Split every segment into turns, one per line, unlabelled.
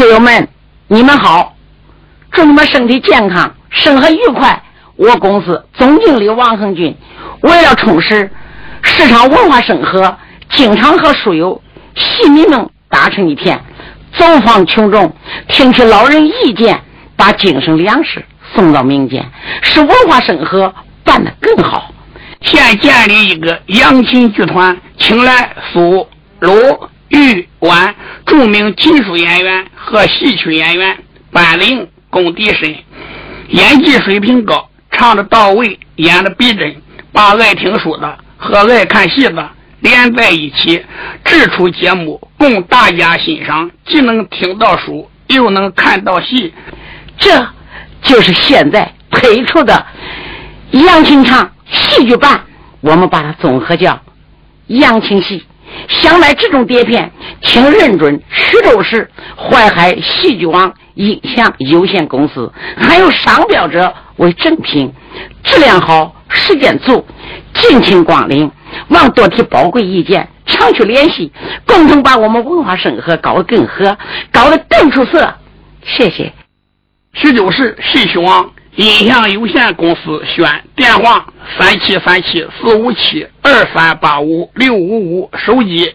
书友们，你们好，祝你们身体健康，生活愉快。我公司总经理王恒军为了充实市场文化审核，经常和书友戏迷们打成一片，走访群众，听取老人意见，把精神粮食送到民间，使文化审核办得更好。
现建立一个扬琴剧团，请来苏、鲁、豫、皖著名金属演员和戏曲演员，班领功底深，演技水平高，唱得到位，演得逼真，把爱听书的和爱看戏的连在一起，制出节目供大家欣赏，既能听到书又能看到戏。
这就是现在推出的扬琴唱戏剧版，我们把它综合叫扬琴戏。想买这种碟片，请认准徐州市淮海戏剧网影像有限公司，还有商标者为正品，质量好，时间足，敬请光临。望多提宝贵意见，常去联系，共同把我们文化审核搞得更合，搞得更出色。谢谢。
徐州市戏曲网音像有限公司选电话3737-457-2385-655，手机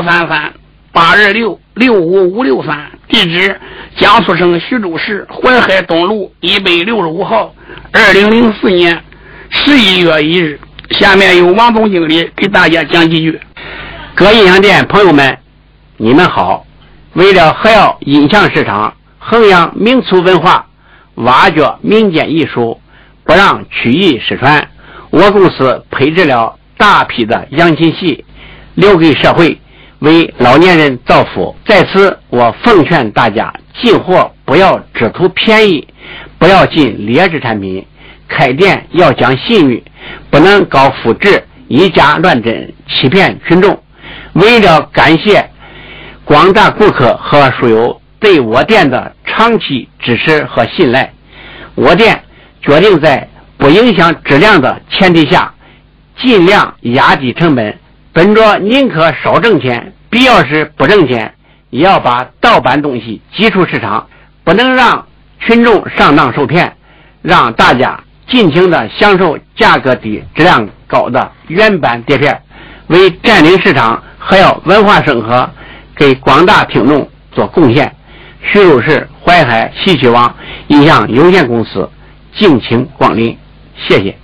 133-826-65563，地址江苏省徐州市淮海东路165号。2004年11月1日，下面由王总经理给大家讲几句。
各音像店朋友们，你们好。为了还要音像市场，弘扬民俗文化，挖掘民间艺术，不让曲艺失传，我公司配置了大批的扬琴戏，留给社会，为老年人造福。在此我奉劝大家，进货不要只图便宜，不要进劣质产品，开店要讲信誉，不能搞复制，以假乱真，欺骗群众。为了感谢广大顾客和书友对我店的长期支持和信赖，我店决定在不影响质量的前提下，尽量压低成本，本着宁可少挣钱，必要是不挣钱，也要把盗版东西挤出市场，不能让群众上当受骗，让大家尽情的享受价格低、质量高的原版碟片，为占领市场还要文化审核，给广大听众做贡献。徐州市淮海戏曲网音像有限公司敬请光临，谢谢。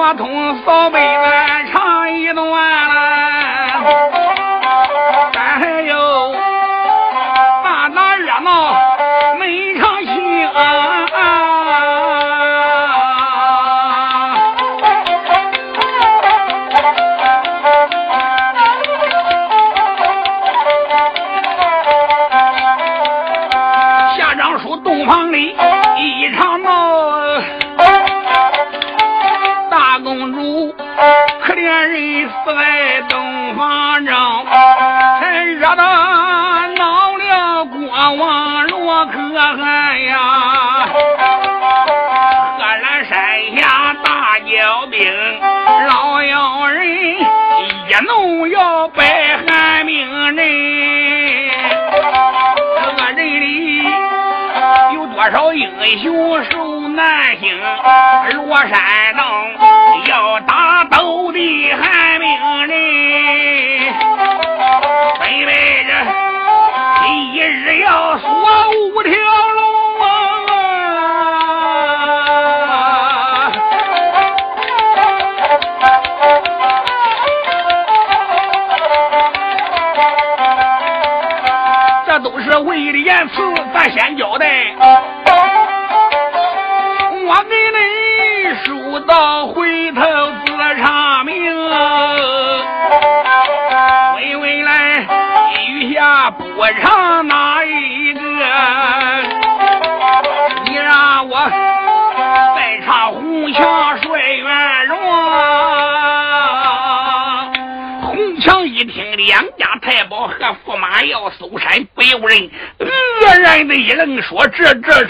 我通扫北子唱一段了，咱还有大大热闹每场戏啊！下章书洞房里一场闹，大公主可怜人死在洞房中，才惹得闹了国王罗可汗呀。贺兰山下大交兵，老妖人一怒要拜汉明人，这个人里有多少英雄受难行，罗山洞要打斗的汉明人，北北着一日要锁5条龙啊！这都是为了言辞，咱先交代。我给你书到回头自查明，未来余下不唱哪一个？你让我再唱红墙帅元荣。红墙一听两家太保和驸马要搜山，不由人愕然的一愣，说这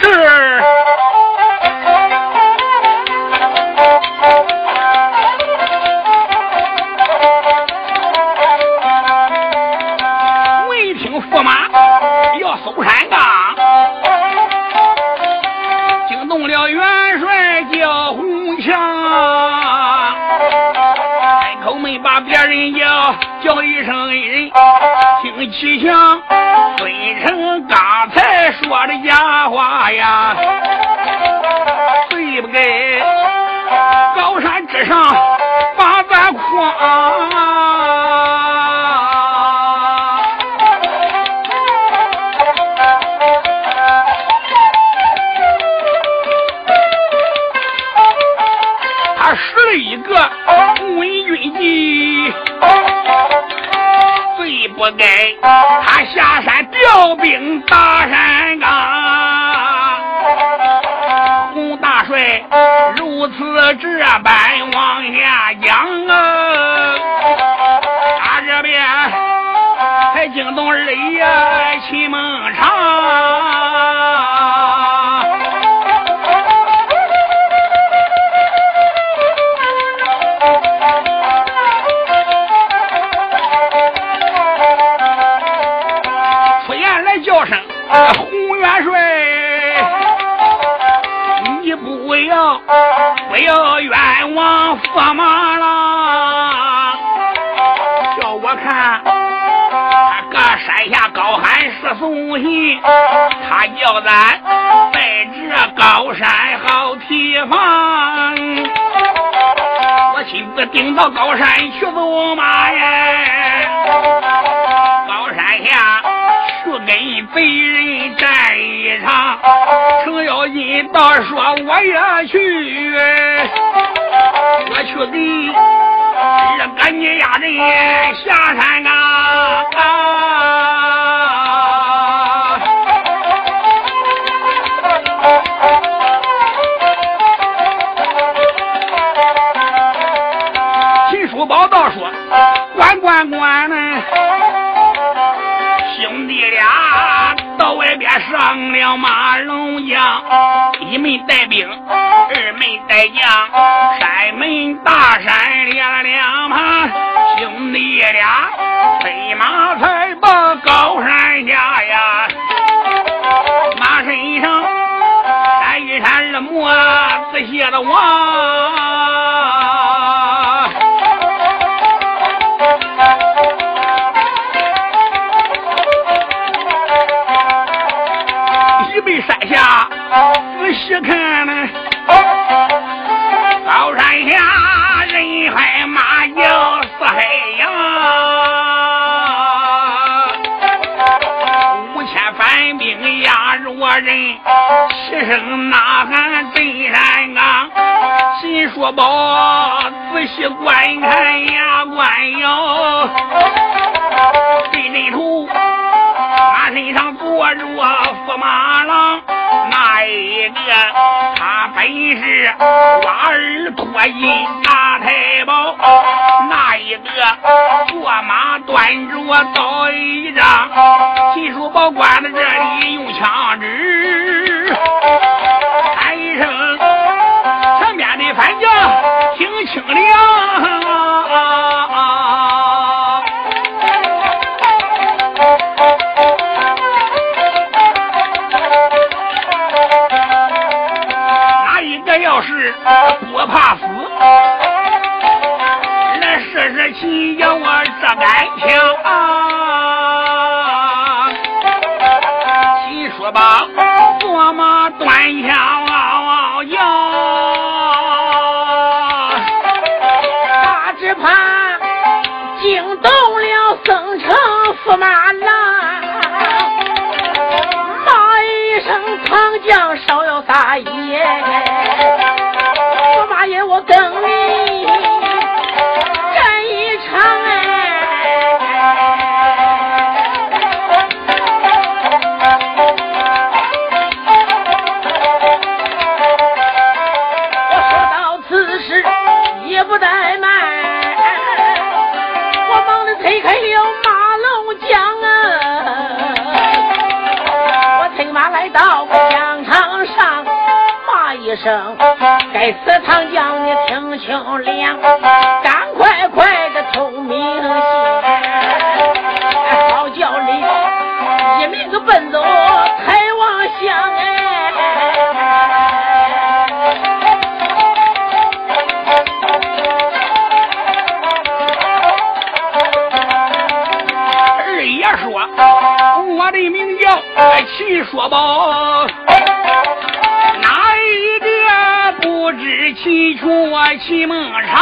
未听驸马要搜山岗，惊动了元帅叫红墙，开口没把别人叫一声恩人，听其响孙成刚才说的假话呀，对不给高山之上把咱诓，他使了一个文军计，最不该他下山调兵打山岗，洪大帅如此这般往下讲啊，他这边还惊动二爷秦孟尝，叫声洪元帅，你不要冤枉驸马了，叫我看他个山下高喊是送信，他叫咱在这高山好提防，我亲自顶到高山去走马呀，高山下去跟贼人战一场，程咬金倒说我也去，我去给这个你家人下山岗秦叔宝道说管呢，兄弟俩到外边上了马龙江，一门带兵，二门带将，山门大山两旁，兄弟俩飞马才到高山下呀，马身上闪一闪的墨子写的王。山下仔细看呢，高山下人齐声呐喊震山岗。秦叔宝仔细观看呀观哟，对阵图马身上坐着驸马郎，那一个他本是挖耳脱印大太保，那一个坐马端着刀一张。秦叔宝关在这里用枪指，喊一声前边的反将听清了。哪一个要是不怕死，来试试秦爷我这杆枪啊！秦叔宝坐马端枪嗷嗷叫，
他只怕惊动了僧城驸马郎，骂一声唐将少要撒野，驸马爷我跟你战一场我说到此时也不怠慢，我忙地推开了马龙江我催马来到疆场上，骂一声该死唐将你听清了，赶快快的通明信，好叫你一命个奔走太王乡
二爷说我的名叫秦叔宝，哪一个不知秦琼我秦孟尝？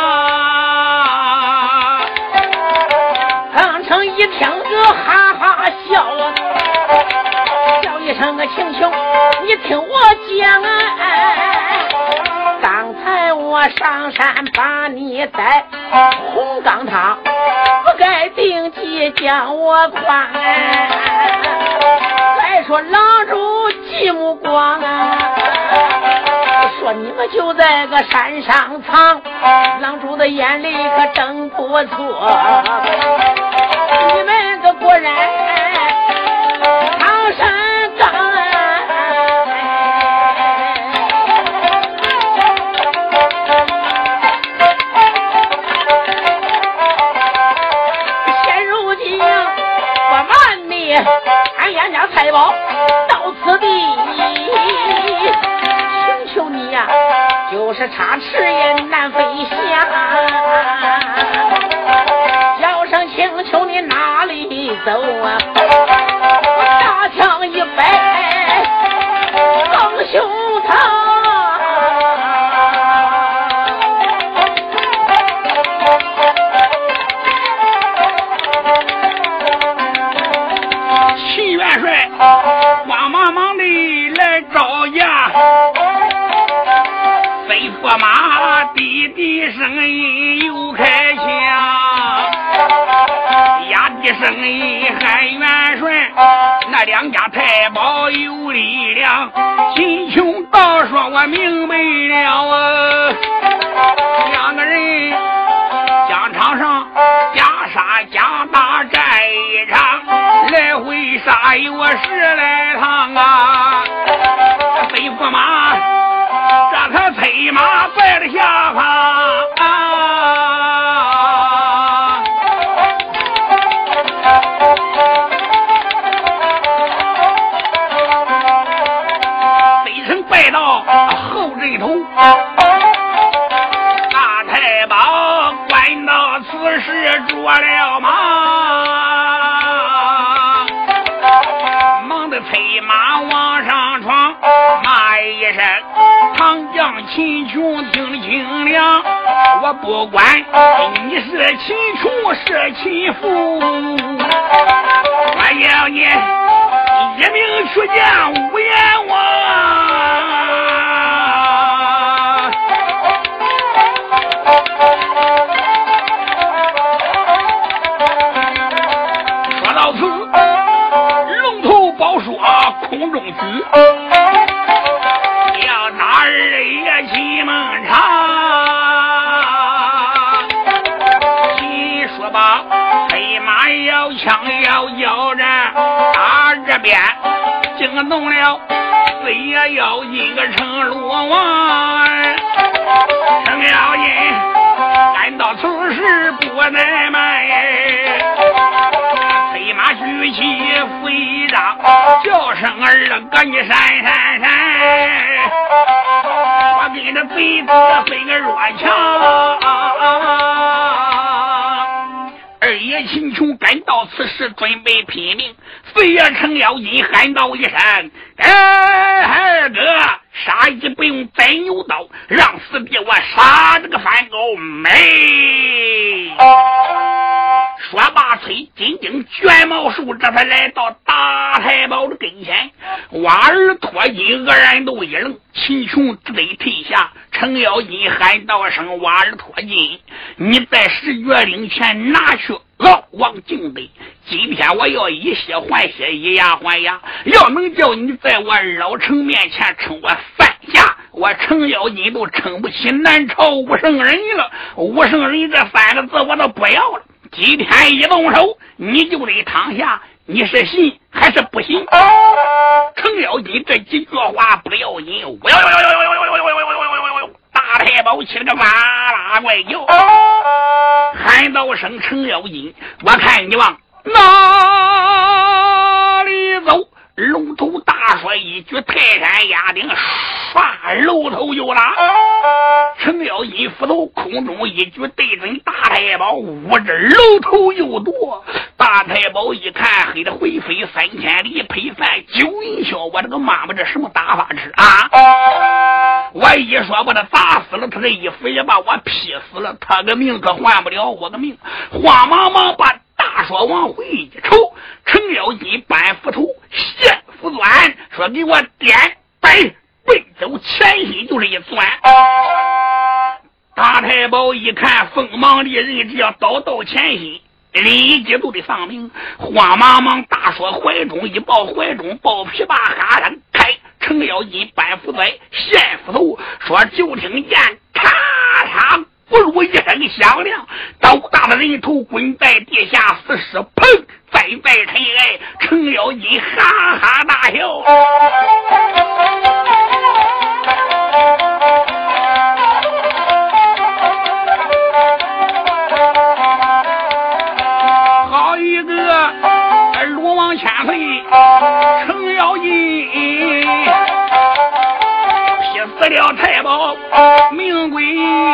唐城一听就哈哈笑叫一声个秦琼，你听我讲刚才我上山把你带红钢塔，不该定计将我诓再说狼主寂目光说你们就在个山上藏，狼主的眼里可真不错，你们个果然唐山岗现如今我瞒你俺杨家财宝到此地，请求你呀就是插翅也难飞翔，叫声请求你哪里走啊，我大枪一摆放胸膛，
秦元帅慌忙忙的来招架，飞驸马滴滴声音又开枪，压低声音喊元帅，那两家太保有力量，秦琼倒说我明白了啊，两个人疆场上加杀加打战一场，来回杀有10来趟啊，飞驸马这才催马败了下方飞身败到后阵头，大太保观到此时着了马，忙得催马往上闯，骂一声唐将秦琼听清了，我不管你是秦琼是秦父，我要你一名去见武阎王。说到此，龙头宝说空中举，要打二爷进门场。说吧，黑马要枪要交战，打这边惊动了四爷要进个城罗王。程咬金感到此事不怠慢，黑马举起飞掌，叫声儿赶紧闪闪闪，我跟着贼子飞个弱强。二爷秦琼感到此事，准备拼命。四爷程咬金喊道一声：“二哥，杀鸡不用宰牛刀，让四弟我杀这个反狗没。”说罢，崔金睛卷毛术，这才来到大太保的跟前。瓦尔托金愕然都一愣，秦琼只得退下。程咬金喊道声：“瓦尔托金，你在十月岭前拿去老王敬杯，今天我要以血还血，以牙还牙。要能叫你在我老程面前称我三下，我程咬金都称不起南朝武圣人了。武圣人这三个字我都不要了。今天一动手，你就得躺下。你是信还是不信？”程咬金这几句话不要紧，大太保起了个哇啦怪叫，喊道声：“程咬金，我看你往哪里走？”龙头大帅一举泰山压顶，唰楼头就拉。程咬金斧头空中一举对准大太保，五指楼头又夺。大太保一看，黑的回飞3000里，配饭九云霄，我这个妈妈这什么打法吃啊？我一说把他打死了，他这一斧也把我劈死了，他个命可换不了我个命。慌忙忙把大说往回一抽，程咬金搬斧头现斧钻，说给我点摆背走，前心就是一钻。大太保一看锋芒利刃，只要刀到前心，立即都得丧命。慌忙忙大说怀中一抱，怀中抱琵琶哈然开。程咬金搬斧钻现斧头，说就听见嚓嚓不如一声响亮，刀大的人头滚在地下，死尸砰栽在尘埃。程咬金哈哈大笑。好一个鲁王千岁程咬金，劈死了太保命贵。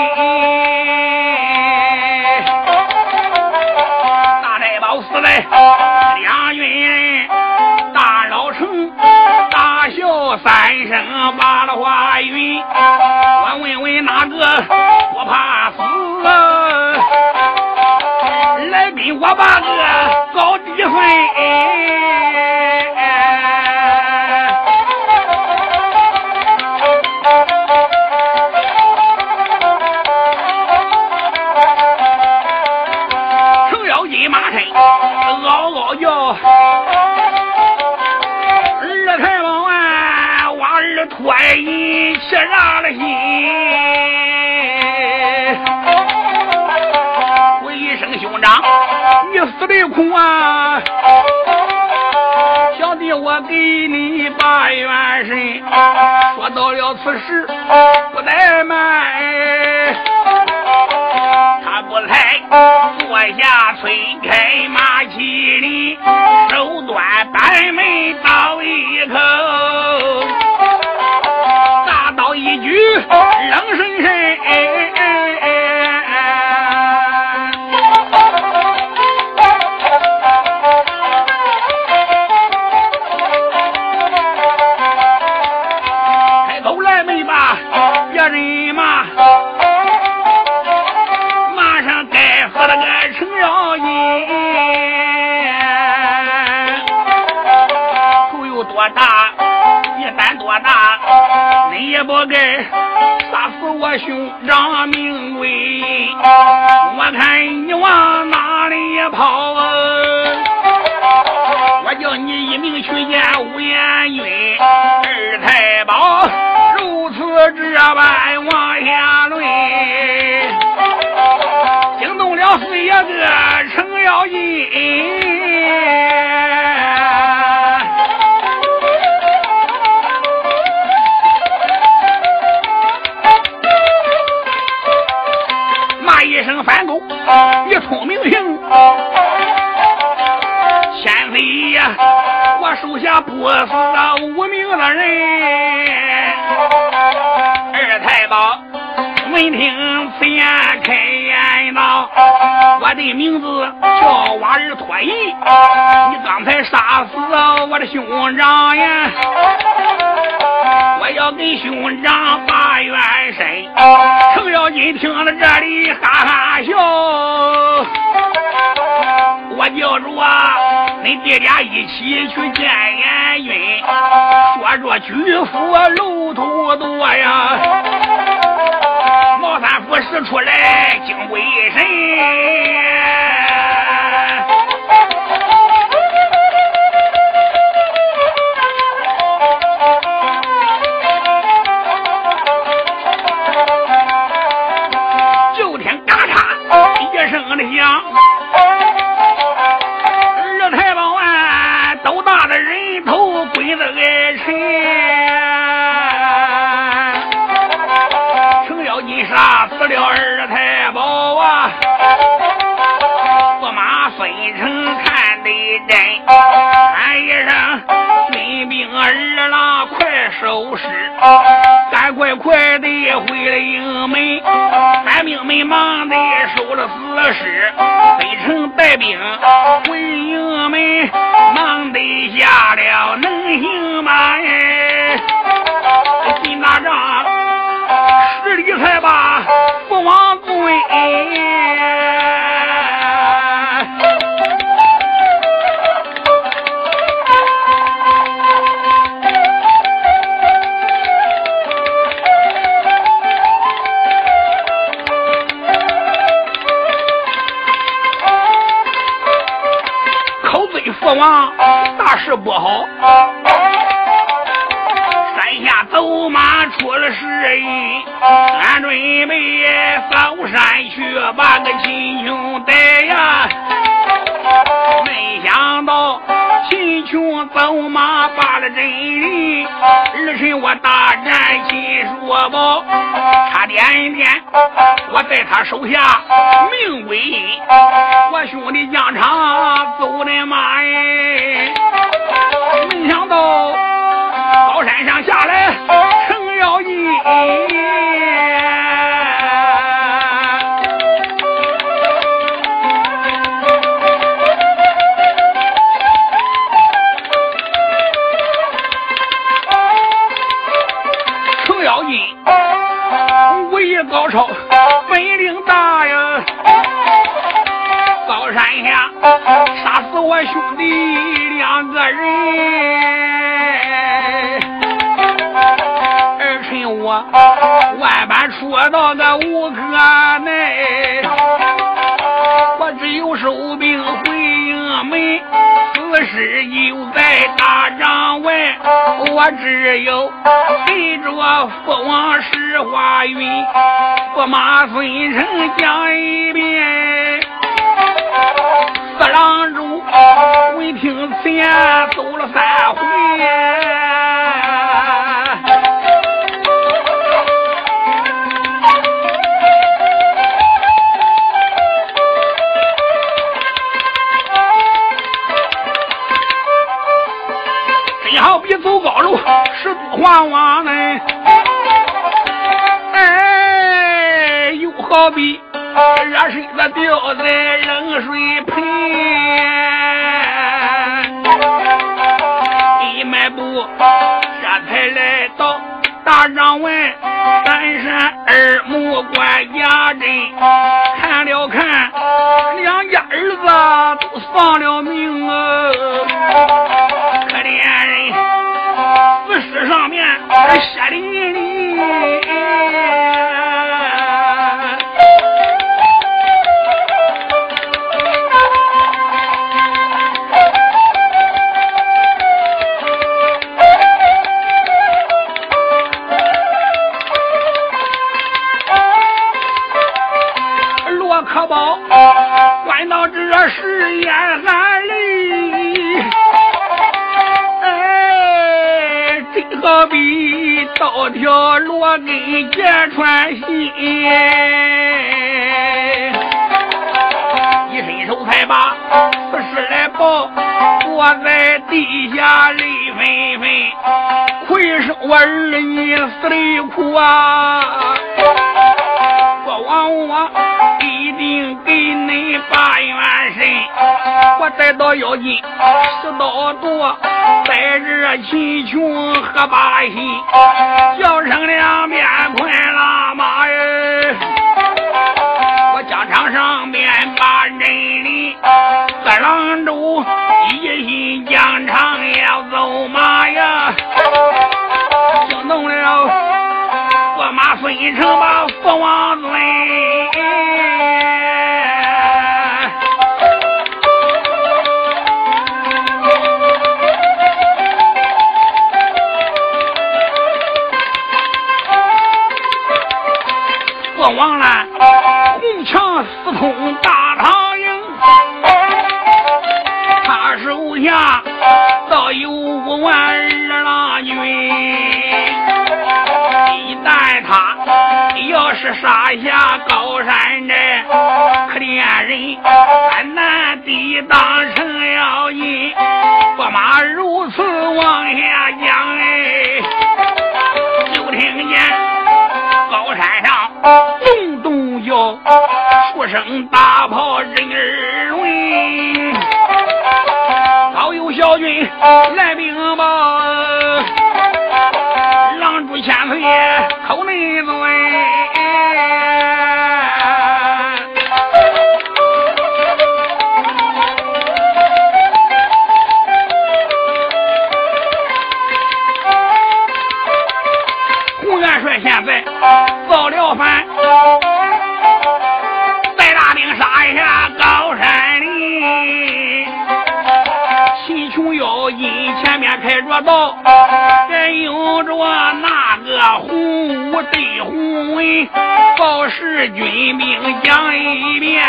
大太保死在两军人，大老城大笑三声把了花云。我问问哪个不怕死来跟我把个高低分。程咬金马身嗷嗷叫，二太保啊，我二托人气炸了心。回声兄长，你死的苦啊！小弟我给你把元神。说到了此时不怠慢，他不才坐下催开马其里，手端板门倒一口，大刀一举冷神神。 多大，你胆多大，你也不该杀死我兄长命贵，我看你往哪里跑啊？我叫你一命去见吴彦云，二太保如此这般往下论，惊动了四爷个程咬金。骂一声反狗，你聪明行，先飞呀！我手下不死无名的人。二太保闻听此言开言道：我的名字叫瓦尔托伊，你刚才杀死我的兄长呀！我要给兄长把冤伸。程咬金听了这里哈哈笑，我叫着你爹俩一起去见阎云，说着举斧露头多呀，毛三斧使出来惊鬼神。就听嘎嚓一声的响，二太保啊，斗大的人头滚得个沉。程咬金杀死了二太保啊，驸马孙成看得真，喊一声军兵二郎快收拾，赶快地回了营门，官兵们忙地收了死尸，北城带兵回营门，忙地下了能行马哎，进大帐10里才把父王尊。父王大事不好，山下走马出了事因，俺准备上山去把个秦琼带呀，没想到秦琼走马把了真人，日辰我大战秦叔宝，差点我在他手下命归阴，我兄弟疆场走的马哎，没想到高山上下来程咬金，程咬金武艺高超，本领大呀，高山下杀死我兄弟2个人，而趁我万般出到个无可奈，我只有收兵回营门，死尸又在大帐外，我只有对着父王石花云，驸马孙成讲一遍。四郎主闻听此言走了3回，真好比走高楼10多晃晃呢，哎，又好比热水子掉在冷水盆，一迈步这才来到大帐外3山2目关家镇，看了看2家儿子都丧了命啊，可怜人是眼含泪，这好比刀条罗根揭穿心，一伸手才把此事来报，坐在地下泪纷纷，亏是我儿女死泪苦啊！我往我一定给你把元神，我带到妖精十刀多，带着秦琼和把心，叫声两边快拉马儿，我疆场上边把人力在朗州一心疆场要走马呀，惊动了驸马孙成把父王尊，父王了红墙四通大唐营，他手下早有5万二郎军，一旦他要是杀下高山寨，可怜人很难抵挡程咬金，驸马如此往下讲，就听见高山上咚咚叫，数声大炮震耳闻，早有小军来禀报，狼主千岁口内尊，洪元帅现在造了反，带大兵杀下高山里，秦琼妖精前面开着道，还有着那个洪武对洪文报事军兵讲一遍，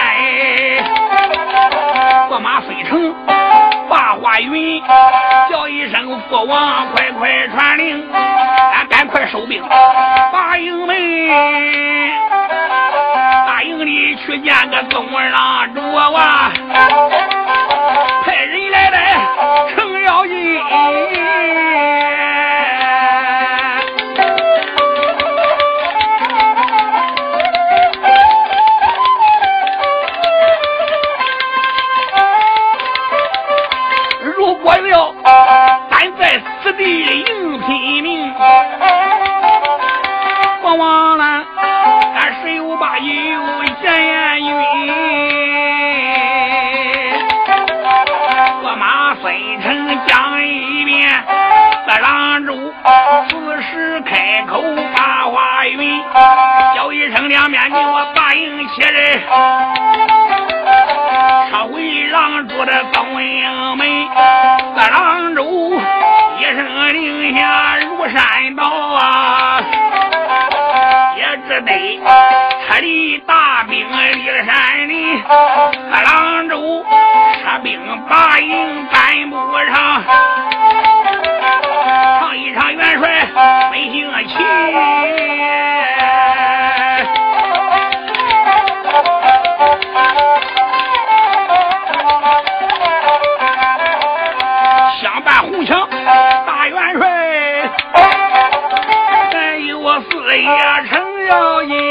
驸马孙成把话云，叫一声父王快快传令，咱赶快收兵把营门，大营里去见个宗郎主啊，派人来了程咬金，如果要咱在此地硬拼命，往往了俺十有八有闲言语，驸马孙成讲一遍，在郎主此时开口把话云，叫一声两边给我把营起来，抄回郎主的宗营门，在郎主一声令下如山倒啊，也只得撤离大兵离了山里，在郎主撤兵把营搬不上，唱一唱元帅没兴气，想办红墙大元帅，还有四爷程咬金。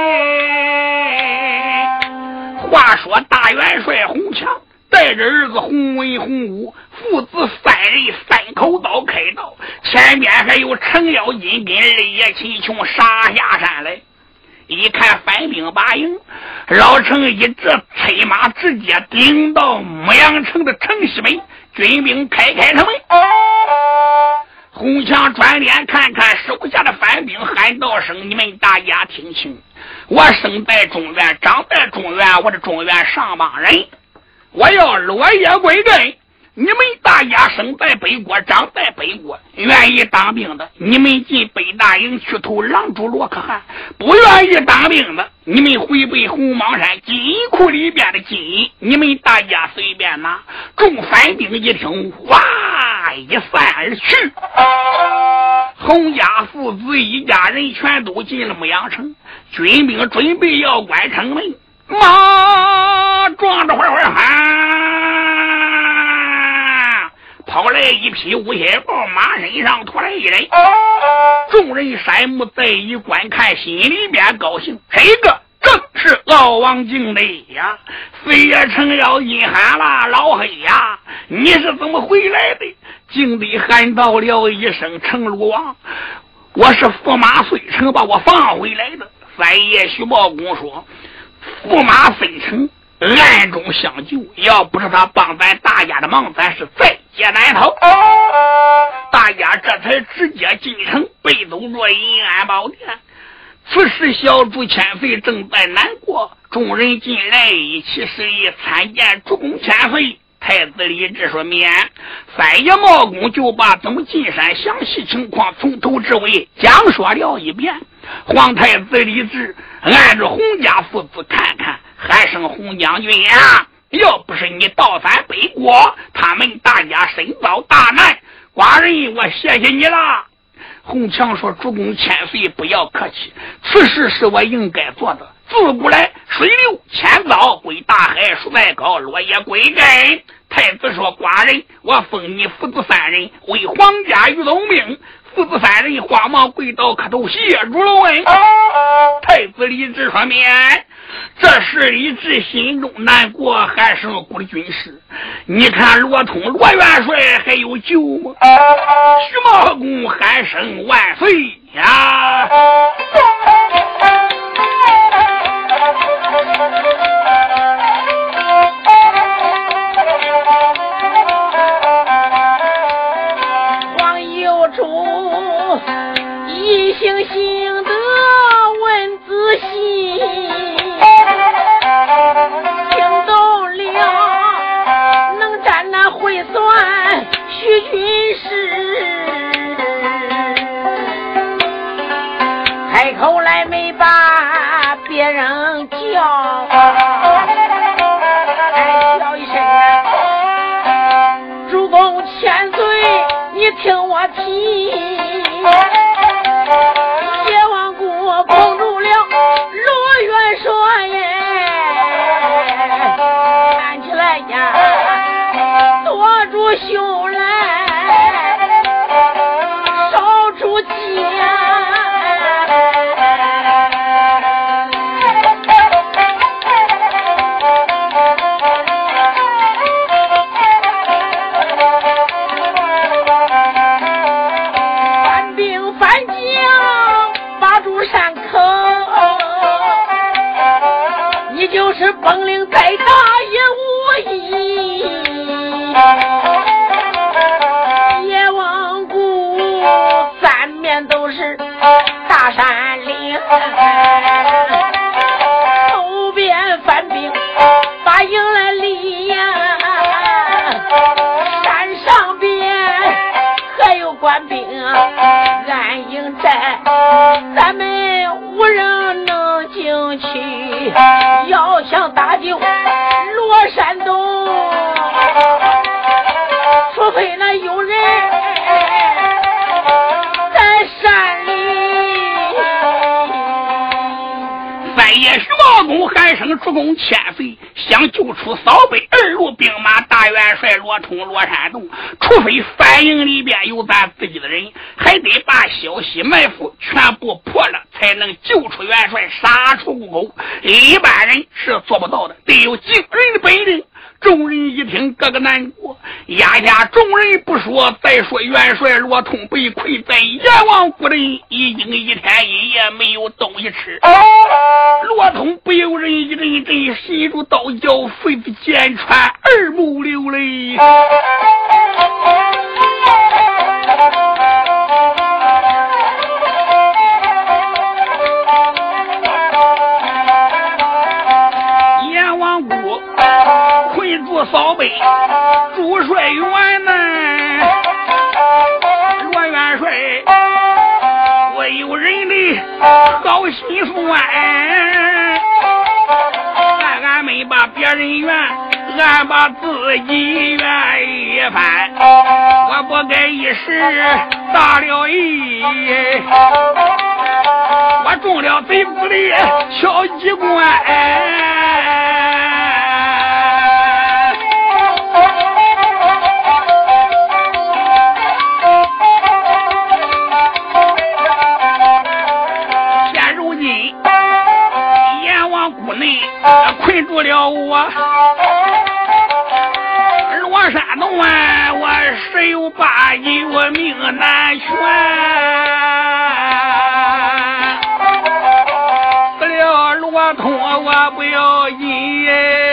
话说大元帅洪强带着儿子洪文、洪武父子3人3口刀开道，前面还有程咬金跟二爷秦琼杀下山来。一看反兵把营，老程一这催马直接顶到牧羊城的城西门，军兵开城门。洪强转脸看看手下的反兵，喊道声：“你们大家听清，我生在中原，长在中原，我的中原上邦人，我要落叶归根， 你们大家生在北国，长在北国，愿意当兵的，你们进北大营去投狼主罗可汗；不愿意当兵的，你们回北红芒山金银库里边的金银，你们大家随便拿。众反兵一听，哇，一散而去。洪家父子一家人全都进了牧羊城，军兵准备要关城门，马撞着会喊。跑来一匹乌鞋豹，马身上驮来一人，众人山目在一观看，心里边高兴，这个正是敖王敬雷呀！飞也成要阴喊了，老黑呀，你是怎么回来的？敬雷喊到了一声，成鲁王，我是驸马遂成把我放回来的。三爷徐茂公说，驸马遂成暗中相救，要不是他帮咱大家的忙，咱是在劫难逃。大家这才直接进城，背走着银安宝殿。此时小主千岁正在难过，众人进来一起示意参见主公千岁。太子李治说免。三爷茂公就把怎么进山详细情况从头至尾讲说了一遍。皇太子李治按着洪家父子看看，喊声洪将军呀，要不是你倒反北国，他们大家身遭大难，寡人我谢谢你了。洪强说，主公千岁不要客气，此事是我应该做的。自古来水流千遭，归大海数在高，落叶归根。太子说，寡人我封你父子三人为皇家御龙兵。父子三人慌忙跪倒磕头，谢主隆恩。太子李治说免。这时李治心中难过，还是顾的军师。你看罗通罗元帅还有救吗？徐茂公喊声万岁呀！
一行行的问仔细，惊动了能战那会算徐军师，开口来没把别人叫，还叫一声主公千岁，你听我提。邪王谷碰住了罗元帅耶，看起来呀多住修来，少住家。就是本领再大也无益，野王谷三面都是大山岭，后边翻兵把营来立呀，山上边还有官兵安营寨，咱们无人能进去，要想打进罗山洞，除非那有人在山里。
三爷徐茂公喊声主公千岁，想救出扫北二路兵马大元帅罗通罗山洞，除非反营里边有咱自己的人，还得把消息埋伏全部破了，才能救出元帅，杀出故沟。一般人是做不到的，得有惊人的本领。众人一听个个难过，压下众人不说，再说元帅罗通被困在阎王谷里，已经一天一夜没有东西吃。罗通不由人一阵阵心如刀绞，肺子剑穿，耳目流泪。阎王谷困住扫北，主帅元好心酸，俺没把别人怨，俺把自己怨一番，我不该一时大了意，我中了贼子的小机关。现如今阎王谷内困住了我，罗山洞啊，我十有八九我命难全，死了罗通我不要紧，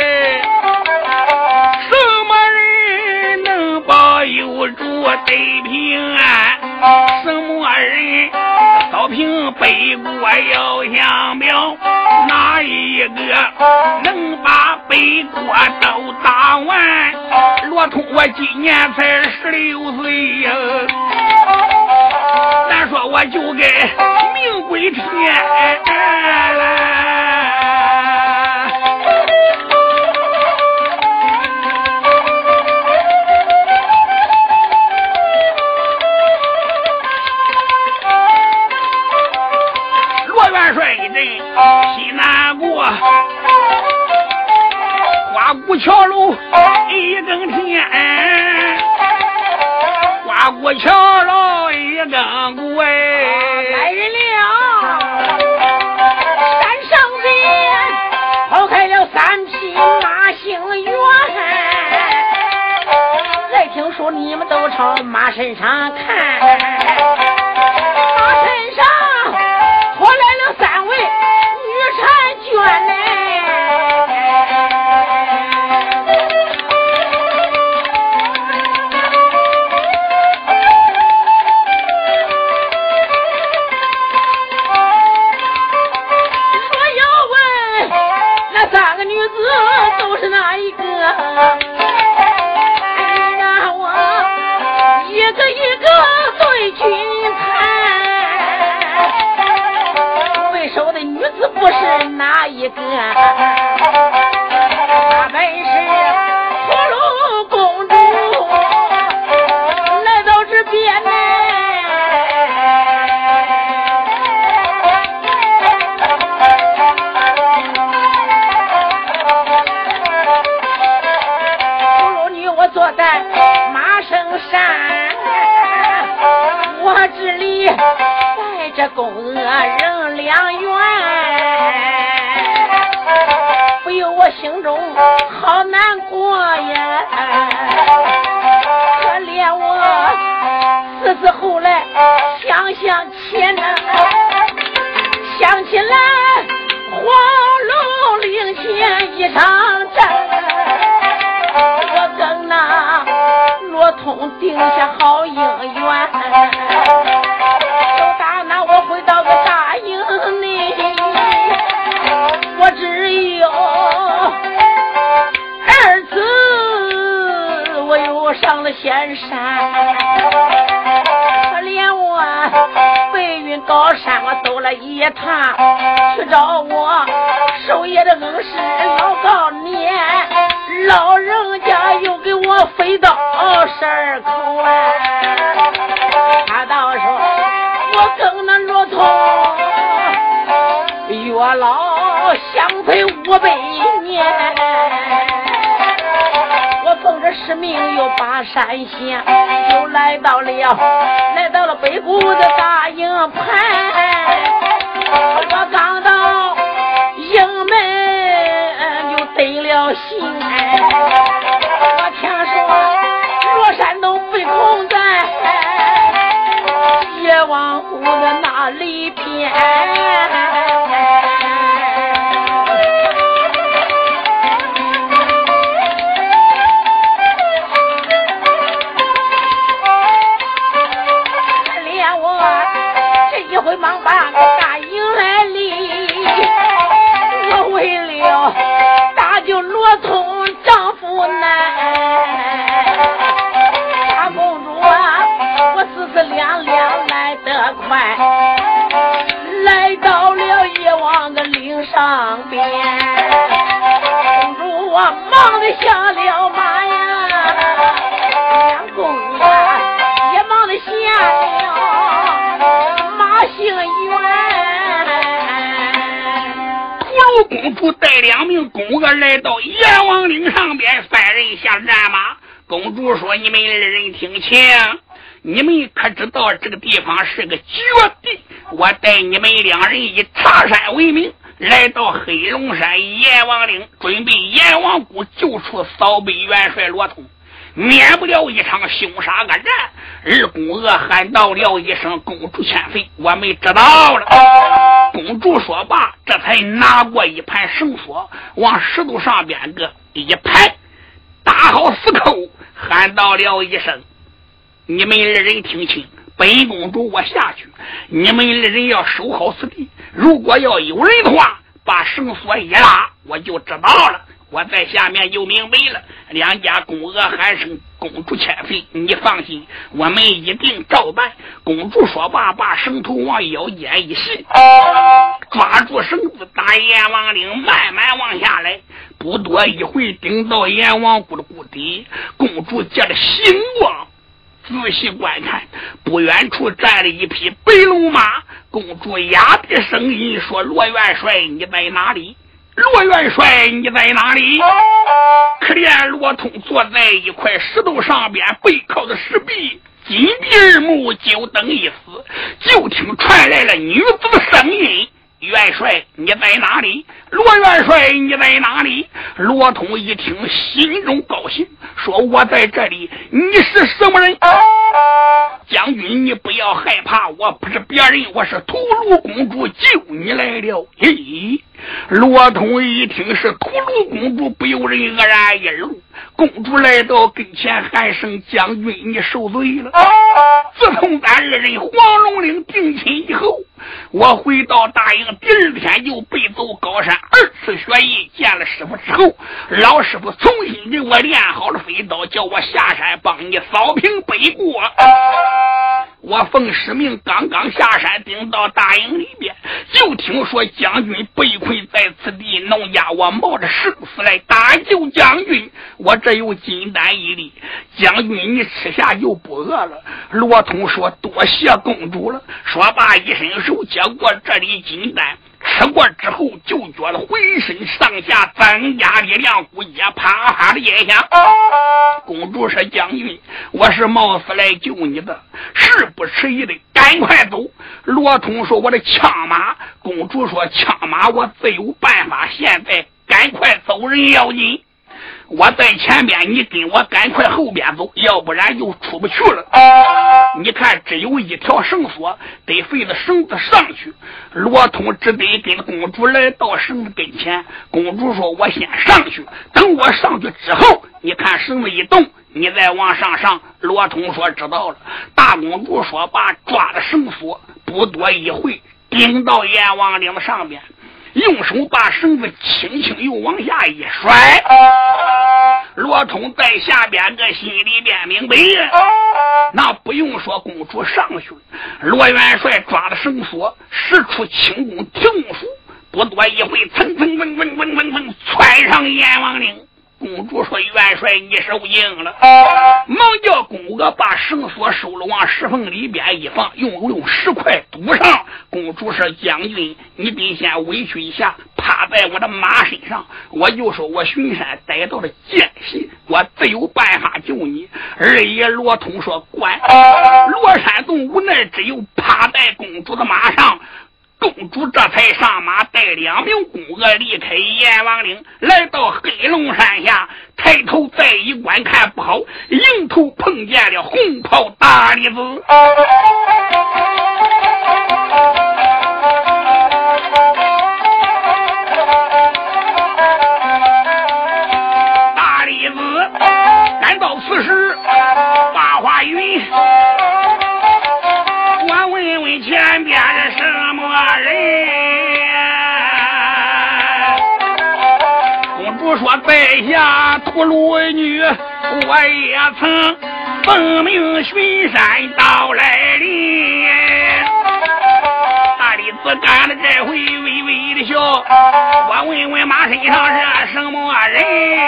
什么人能保佑住得平安？什么人扫平北国要降表？哪一个能把北国都打完？罗通我今年才16岁呀，咱说我就该命归天罗元帅一阵心难过，花鼓桥路一更天，花鼓桥路一更鼓
来人了，山上边抛开了3匹马姓袁，来听说你们都朝马身上看，马身上拖来了3位女婵娟呢。都是哪一个？你让我一个一个对君谈，为首的女子不是哪一个？她本是葫芦公主，来到这边呢。坐在马生山，我这里带着宫娥人2员，不由我心中好难过呀！可怜我思后来想前呢，想起来黄龙岭前一场战。罗通定下好姻缘，就打那我回到个大营内，我只有2次我又上了仙山，可怜我北云高山我走了一趟，去找我守夜的恩师老高年，老人家又给我飞到12口啊！他倒说我跟那罗通月老相配500年，我奉着使命又把山下，又来到了北谷的大营盘，我刚到营门就得了信，我听说罗山洞被控在野王谷的那里边，连我这一回忙把大营来立，我为了搭救罗通丈夫难，大公主啊，我丝丝两两来得快，来到
鲁公主带2名宫娥来到阎王岭上边，3人下战马。公主说：“你们2人听清，你们可知道这个地方是个绝地？我带你们2人以茶山为名，来到黑龙山阎王岭，准备阎王谷救出扫北元帅罗通，免不了一场凶杀恶战。”二宫娥喊道了一声：“公主千岁，我们知道了。”公主说罢，这才拿过一盘绳索，往石头上边个一拍，打好死扣，喊道了一声：“你们2人听清，本公主我下去，你们2人要守好此地。如果要有人的话，把绳索一拉，我就知道了。我在下面就明白了。”2家宫娥喊声：“公主千岁，你放心，我们一定照办。”公主说罢，把绳头往腰间一系，抓住绳子打阎王岭，慢慢往下来。不多一会，顶到阎王谷的谷底。公主借着星光仔细观看，不远处站了一匹白龙马。公主压低声音说：“罗元帅，你在哪里？罗元帅，你在哪里？”可怜罗通坐在一块石头上边，背靠着石壁，紧闭耳目，就等一死。就听传来了女子的声音：“元帅，你在哪里？罗元帅，你在哪里？”罗通一听，心中高兴，说：“我在这里。你是什么人？”“将军，你不要害怕，我不是别人，我是吐鲁公主救你来了。”咦，罗通一听是吐鲁公主，不由人愕然一愣。公主来到跟前，喊声：“将军，你受罪了。自从咱2人黄龙岭定亲以后，我回到大营，第2天就背走高山2次学艺。见了师傅之后，老师傅重新给我练好了飞刀，叫我下山帮你扫平北国。我奉使命刚刚下山，顶到大营里边，就听说将军被困在此地，农家我冒着生死来搭救将军，我这有金丹一粒，将军你吃下就不饿了。”罗通说：“多谢公主了。”说罢一伸手接过这里金丹，吃过之后就觉得浑身上下增加力量，骨节啪啪的音响。公主说：“将军，我是冒死来救你的，事不迟疑的赶快走。”罗通说：“我的枪马。”公主说：“枪马我自有办法，现在赶快走人要紧。我在前边，你跟我赶快后边走，要不然就出不去了。你看只有一条绳索，得费着绳子上去。”罗通只得跟公主来到绳子跟前。公主说：“我先上去，等我上去之后，你看绳子一动，你再往上上。”罗通说：“知道了。”大公主说罢，抓着绳索，不多一会，顶到阎王岭上边，用手把绳子轻轻又往下一甩。罗通在下边个心里边明白，那不用说，公主上去，罗元帅抓着绳索，使出轻功停术，不多一会，蹭蹭嗡嗡嗡嗡嗡窜上阎王岭。公主说：“元帅你受惊了。”忙叫公娥把绳索收了，往石缝里边一放，用石块堵上。公主说：“将军，你得先委屈一下，趴在我的马身上，我就说我巡山逮到了奸细，我自有办法救你。”二爷罗通说：“管！”罗山洞无奈，只有趴在公主的马上。公主这才上马，带2名宫娥离开阎王岭，来到黑龙山下，抬头再一观看，不好，迎头碰见了红袍大李子。大李子赶到此时，八花云，我问问前边是什么人？公主说：“在下吐鲁女，我也曾奉命巡山到来临。”大李子干了这回微微的笑，我问问马身上是什么人？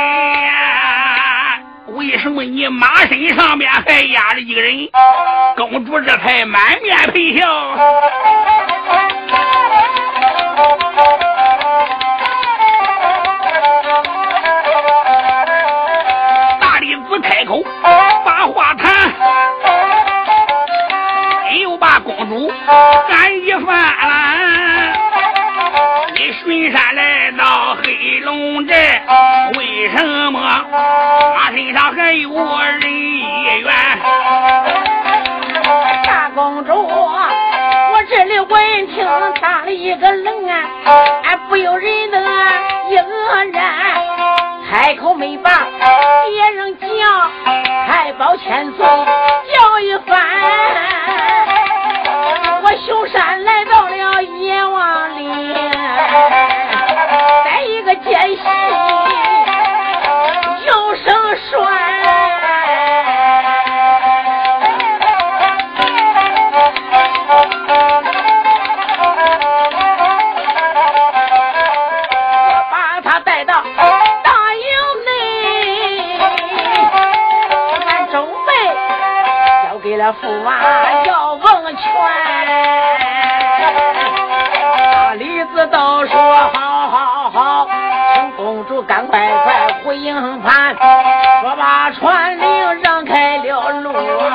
为什么你马身上边还压着一个人？公主这才满面陪笑。 开口把话谈，又把公主赶一番了。你巡山来到黑龙寨，为什么马身上还有人缘？
大公主，我这里闻听打了一个冷啊，俺不由人的一愕然，开口没把别人叫，还报千岁叫一番。我雄山来到了阎王里，在一个奸细有声栓。父王要问全，大李子都说好好好，请公主赶快回营盘，说把传令让开了路。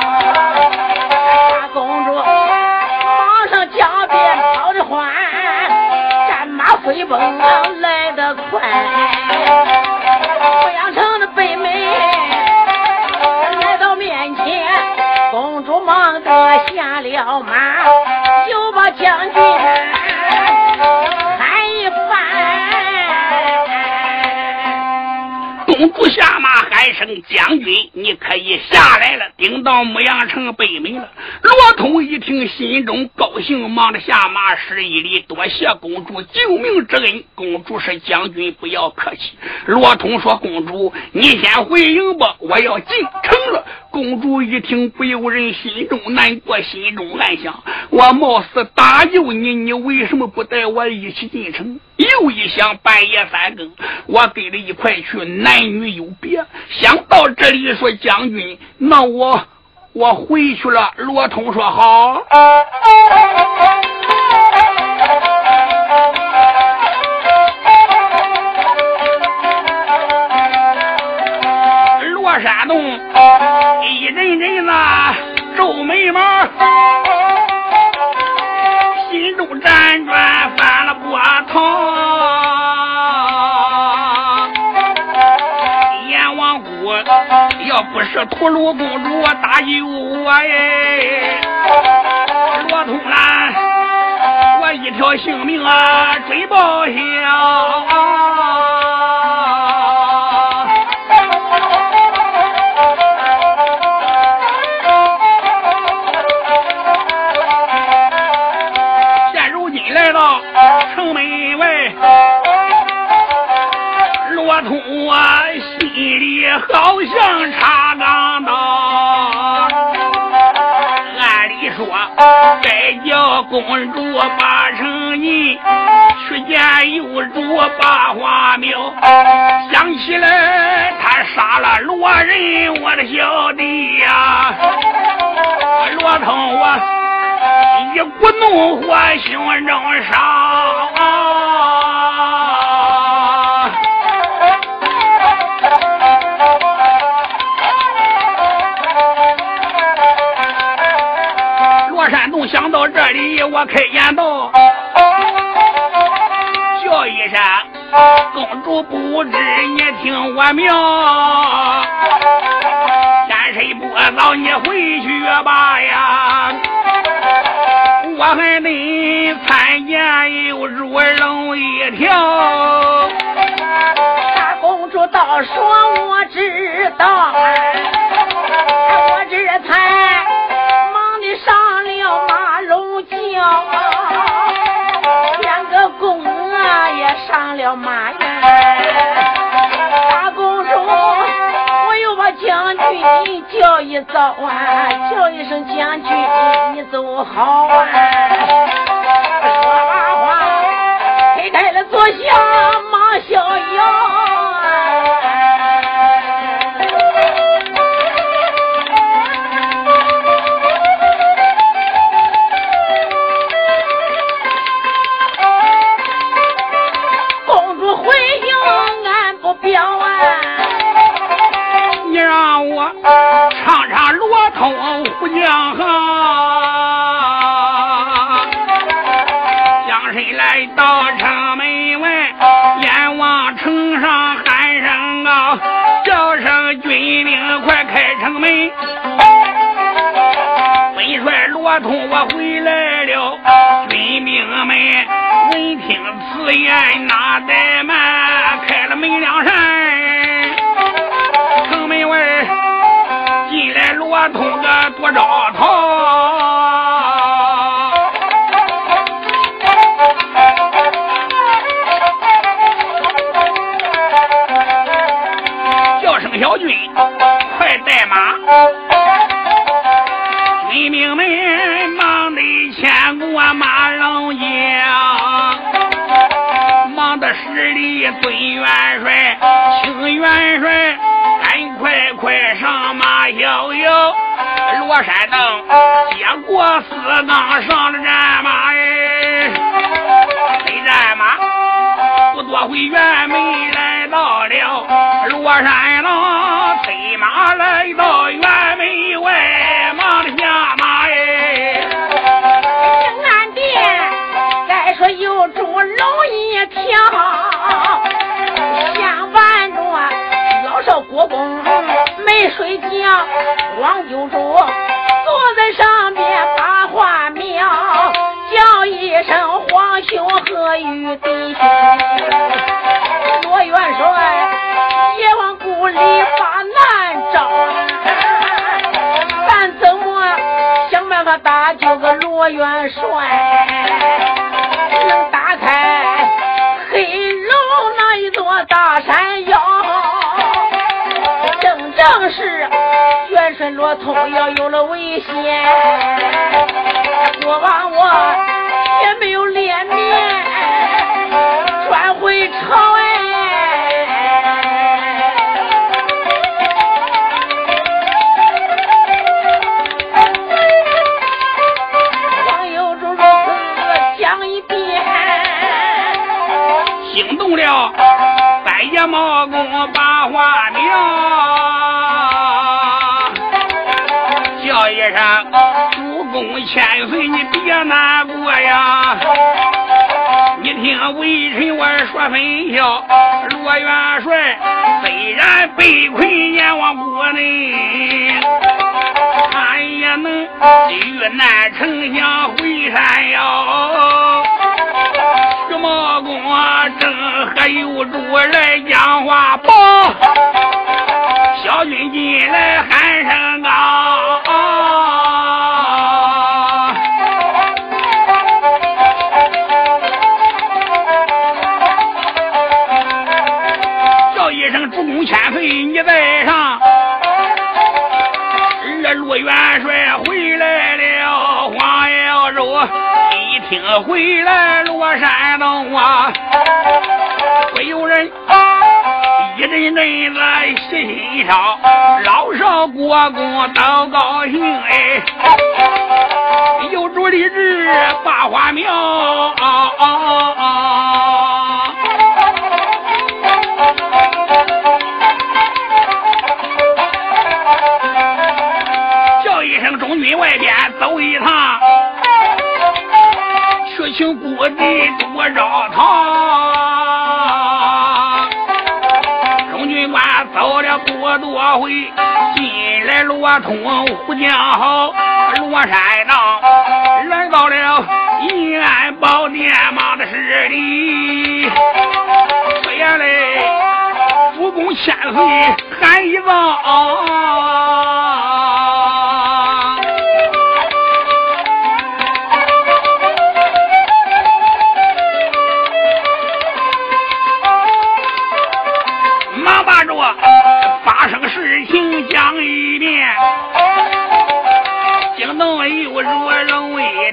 大公主马上加鞭跑着欢，战马飞奔来得快，阜阳城的北门来到面前，公主忙得下了马，又把将军喊一番。
公主下马喊声：“将军，你可以下来了，顶到牧羊城北门了。”罗通一听，心中高兴，忙着下马施一礼，多谢公主救命之恩。公主是将军，不要客气。罗通说：“公主，你先回营吧，我要进城了。”公主一听，不由人心中难过，心中暗想：我貌似搭救你，你为什么不带我一起进城？又一想，半夜3更，我跟着一块去，男女有别。想到这里，说：“将军，那我回去了。”罗通说：“好。”罗山洞一阵阵的皱眉毛，心中辗转翻了波涛。阎王姑要不是屠戮公主搭救我耶，罗通兰我一条性命追报销。现如今来到城门外，罗通心里好像插钢刀。按理说该叫公主把成银，去见幼主把花庙。想起来他杀了罗人，我的小弟呀，罗通我一股怒火胸中烧。罗山洞想到这里，我开言道：“叫一声公主不知，你听我명天水不早，你回去吧呀，我还得参见幼主龙一条。”
大公主倒说：“我知道，我这才忙的上了马龙桥，两个公啊也上了马院。大公主，我又把将军叫一遭啊，叫一声将军，你走好啊。”说完话，推开了坐下马逍遥。
唱唱罗通虎将河，将身来到城门外，眼望城上喊声高，叫声军兵快开城门。本帅罗通我回来了，军兵们闻听此言哪怠慢，开了门梁扇，城门外进来罗通的多招头，叫声小军快带马，军兵们忙得牵过马龙江，忙的十里尊元帅请元帅赶快上马逍遥，罗山登接过四杠上了战马，推战马不多回辕门来到了，罗山登推马来到辕门外，忙的下马
平安殿该说有主龙一条，相伴着老少国公没睡觉，王九主坐在上边把话苗，叫一声皇兄和与弟兄，罗元帅也往故里把难招，咱怎么想办法打救个罗元帅，能打开黑龙那一座大山腰，正是元帅罗通要有了危险，过往我也没有脸面转回朝网友如此讲一遍，
惊动了三爷毛公把话苗，叫一声主公千岁你别难过呀，你听微臣我说分晓，罗元帅虽然被困阎王国内，他也能遇难丞相回山腰，这毛公正和有主来讲话报，小军进来喊声高，叫一声主公千岁你在上，罗元帅回来了，黄耀州一听回来罗山东啊，会有人一阵阵的喜心烧，老少国公都高兴哎，有主立志把花苗叫一声中军外边走一趟，去请故地多绕堂，中军官走了不多回，进来罗通虎将好，罗山道来到了宜安宝殿马的势力，原来主公千岁喊一遭，发生事情讲一遍，惊动又若龙一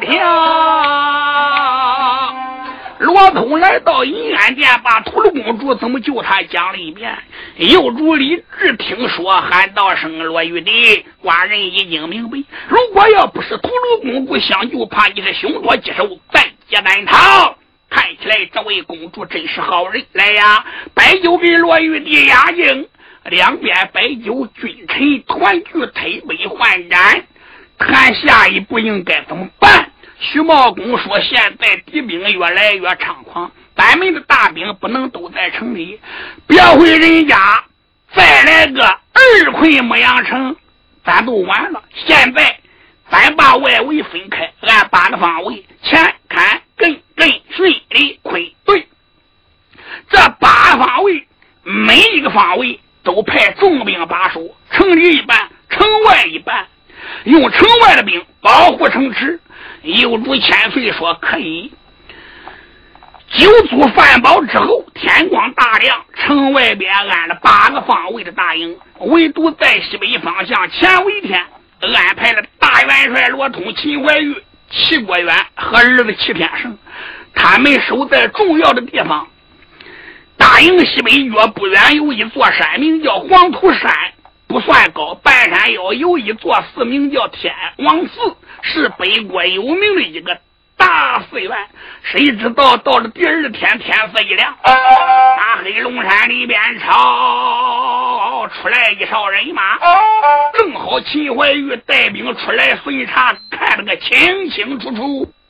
条。罗通来到银安殿，把土鲁公主怎么救他讲了一遍。右主李治听说，喊道声罗玉帝，寡人已经明白，如果要不是土鲁公主相救，怕你是凶多吉少，在劫难逃。看起来这位公主真是好人，来呀，摆酒给罗玉帝压惊。 两边摆酒，君臣团聚，推杯换盏，谈下一步应该怎么办。徐茂公说，现在敌兵越来越猖狂，咱们的大兵不能都在城里，别回人家再来个二困牧羊城，咱都完了。现在咱把外围分开，按8个方位，前看艮水里坤对，这8方位每一个方位都派重兵把守，城里一半，城外一半，用城外的兵保护城池。右主千岁说可以。酒足饭饱之后，天光大亮，城外边安了8个方位的大营，唯独在西北方向前围天安排了大元帅罗通、秦怀玉、齐国远和儿子齐天胜，他们守在重要的地方。大营西北约不远有一座山，名叫黄土山，不算高，半山腰有一座寺，名叫天王寺，是北国有名的一个大寺院。谁知道到了第2天，天色一亮，大黑龙山里边出来一哨人马，正好秦怀玉带兵出来巡查，看了个清清楚楚。